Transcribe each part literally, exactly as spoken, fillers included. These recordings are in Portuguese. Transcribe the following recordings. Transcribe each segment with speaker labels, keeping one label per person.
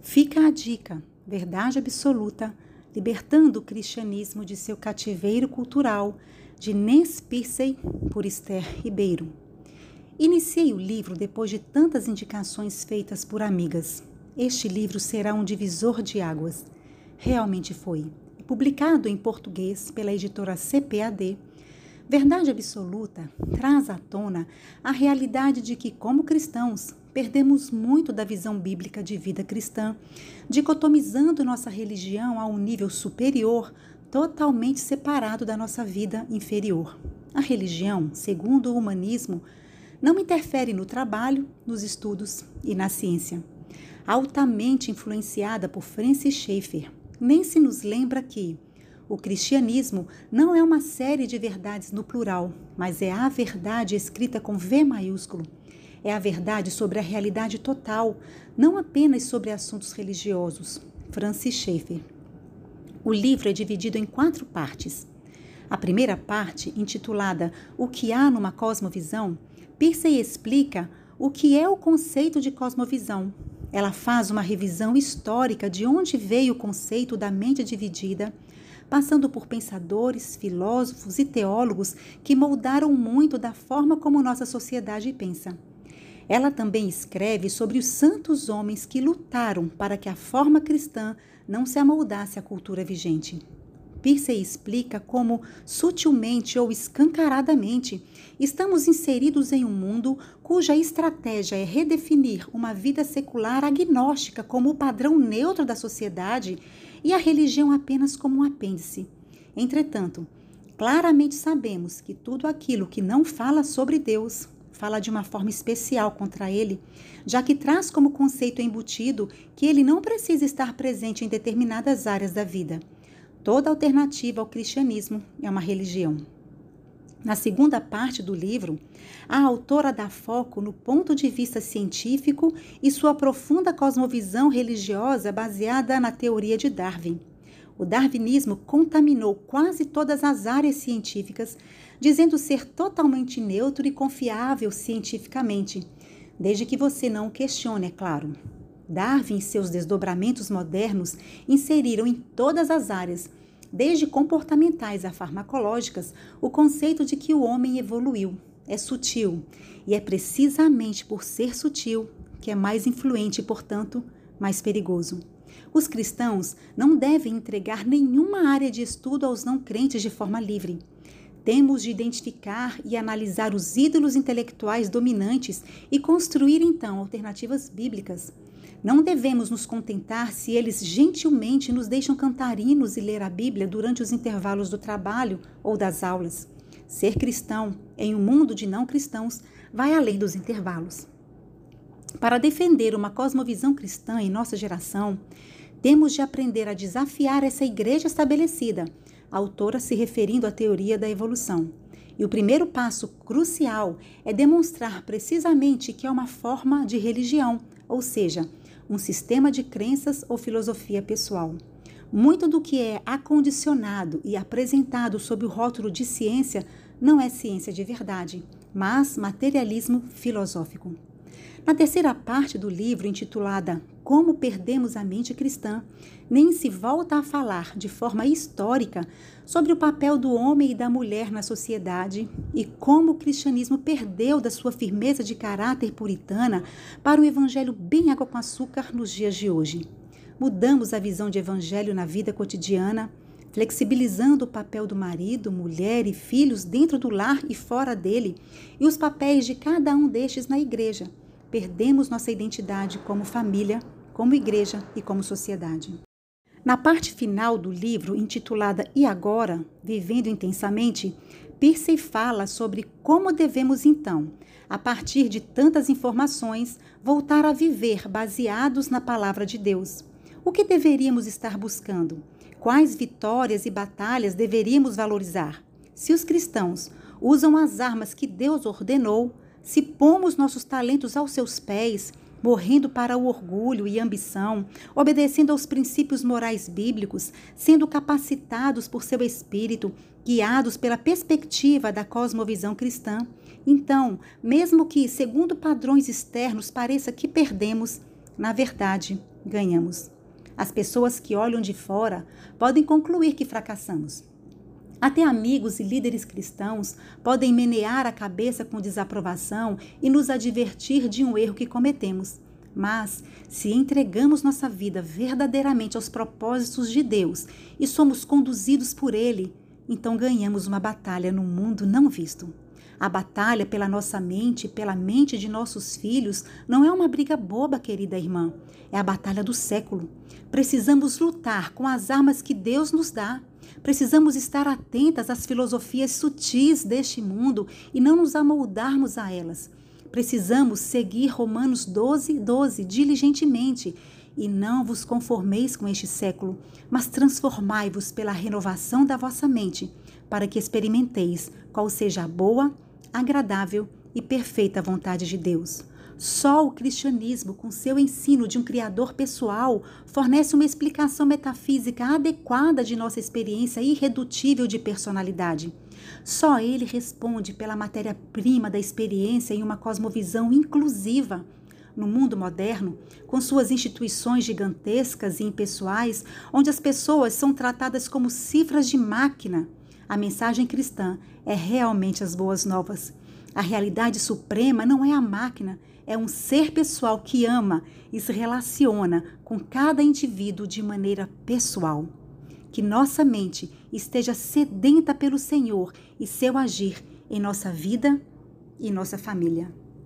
Speaker 1: Fica a dica, verdade absoluta, libertando o cristianismo de seu cativeiro cultural, de Nance Piercey, por Esther Ribeiro. Iniciei o livro depois de tantas indicações feitas por amigas. Este livro será um divisor de águas. Realmente foi. Publicado em português pela editora C P A D, Verdade Absoluta traz à tona a realidade de que, como cristãos, perdemos muito da visão bíblica de vida cristã, dicotomizando nossa religião a um nível superior, totalmente separado da nossa vida inferior. A religião, segundo o humanismo, não interfere no trabalho, nos estudos e na ciência. Altamente influenciada por Francis Schaeffer, nem se nos lembra que o cristianismo não é uma série de verdades no plural, mas é a verdade escrita com V maiúsculo. É a verdade sobre a realidade total, não apenas sobre assuntos religiosos. Francis Schaeffer. O livro é dividido em quatro partes. A primeira parte, intitulada O que há numa cosmovisão, Piercey explica o que é o conceito de cosmovisão. Ela faz uma revisão histórica de onde veio o conceito da mente dividida, passando por pensadores, filósofos e teólogos que moldaram muito da forma como nossa sociedade pensa. Ela também escreve sobre os santos homens que lutaram para que a forma cristã não se amoldasse à cultura vigente. Piercey explica como, sutilmente ou escancaradamente, estamos inseridos em um mundo cuja estratégia é redefinir uma vida secular agnóstica como o padrão neutro da sociedade e a religião apenas como um apêndice. Entretanto, claramente sabemos que tudo aquilo que não fala sobre Deus fala de uma forma especial contra ele, já que traz como conceito embutido que ele não precisa estar presente em determinadas áreas da vida. Toda alternativa ao cristianismo é uma religião. Na segunda parte do livro, a autora dá foco no ponto de vista científico e sua profunda cosmovisão religiosa baseada na teoria de Darwin. O darwinismo contaminou quase todas as áreas científicas, dizendo ser totalmente neutro e confiável cientificamente, desde que você não o questione, é claro. Darwin e seus desdobramentos modernos inseriram em todas as áreas, desde comportamentais a farmacológicas, o conceito de que o homem evoluiu. É sutil, e é precisamente por ser sutil que é mais influente e, portanto, mais perigoso. Os cristãos não devem entregar nenhuma área de estudo aos não crentes de forma livre. Temos de identificar e analisar os ídolos intelectuais dominantes e construir, então, alternativas bíblicas. Não devemos nos contentar se eles gentilmente nos deixam cantar hinos e ler a Bíblia durante os intervalos do trabalho ou das aulas. Ser cristão em um mundo de não cristãos vai além dos intervalos. Para defender uma cosmovisão cristã em nossa geração, temos de aprender a desafiar essa igreja estabelecida, a autora se referindo à teoria da evolução. E o primeiro passo crucial é demonstrar precisamente que é uma forma de religião, ou seja, um sistema de crenças ou filosofia pessoal. Muito do que é acondicionado e apresentado sob o rótulo de ciência não é ciência de verdade, mas materialismo filosófico. Na terceira parte do livro, intitulada Como Perdemos a Mente Cristã, nem se volta a falar de forma histórica sobre o papel do homem e da mulher na sociedade e como o cristianismo perdeu da sua firmeza de caráter puritana para um evangelho bem água com açúcar nos dias de hoje. Mudamos a visão de evangelho na vida cotidiana, flexibilizando o papel do marido, mulher e filhos dentro do lar e fora dele, e os papéis de cada um destes na igreja. Perdemos nossa identidade como família, como igreja e como sociedade. Na parte final do livro, intitulada E Agora? Vivendo Intensamente, Piercey fala sobre como devemos então, a partir de tantas informações, voltar a viver baseados na palavra de Deus. O que deveríamos estar buscando? Quais vitórias e batalhas deveríamos valorizar? Se os cristãos usam as armas que Deus ordenou, se pomos nossos talentos aos seus pés, morrendo para o orgulho e ambição, obedecendo aos princípios morais bíblicos, sendo capacitados por seu espírito, guiados pela perspectiva da cosmovisão cristã, então, mesmo que, segundo padrões externos, pareça que perdemos, na verdade, ganhamos. As pessoas que olham de fora podem concluir que fracassamos. Até amigos e líderes cristãos podem menear a cabeça com desaprovação e nos advertir de um erro que cometemos. Mas, se entregamos nossa vida verdadeiramente aos propósitos de Deus e somos conduzidos por Ele, então ganhamos uma batalha no mundo não visto. A batalha pela nossa mente, pela mente de nossos filhos, não é uma briga boba, querida irmã. É a batalha do século. Precisamos lutar com as armas que Deus nos dá. Precisamos estar atentas às filosofias sutis deste mundo e não nos amoldarmos a elas. Precisamos seguir Romanos doze, doze diligentemente. E não vos conformeis com este século, mas transformai-vos pela renovação da vossa mente, para que experimenteis qual seja a boa, agradável e perfeita vontade de Deus. Só o cristianismo, com seu ensino de um Criador pessoal, fornece uma explicação metafísica adequada de nossa experiência irredutível de personalidade. Só ele responde pela matéria-prima da experiência em uma cosmovisão inclusiva. No mundo moderno, com suas instituições gigantescas e impessoais, onde as pessoas são tratadas como cifras de máquina, a mensagem cristã é realmente as boas novas. A realidade suprema não é a máquina, é um ser pessoal que ama e se relaciona com cada indivíduo de maneira pessoal. Que nossa mente esteja sedenta pelo Senhor e seu agir em nossa vida e nossa família.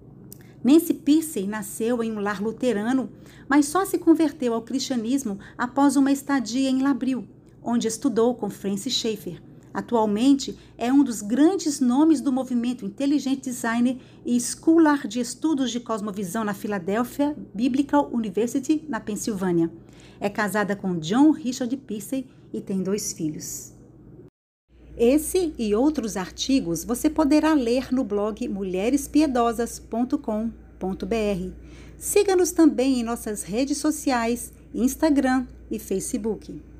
Speaker 1: Nancy Pearcey nasceu em um lar luterano, mas só se converteu ao cristianismo após uma estadia em Labril, onde estudou com Francis Schaeffer. Atualmente, é um dos grandes nomes do movimento Intelligent Design e Scholar de Estudos de Cosmovisão na Philadelphia Biblical University, na Pensilvânia. É casada com John Richard Pearcey e tem dois filhos. Esse e outros artigos você poderá ler no blog mulheres piedosas ponto com ponto br. Siga-nos também em nossas redes sociais, Instagram e Facebook.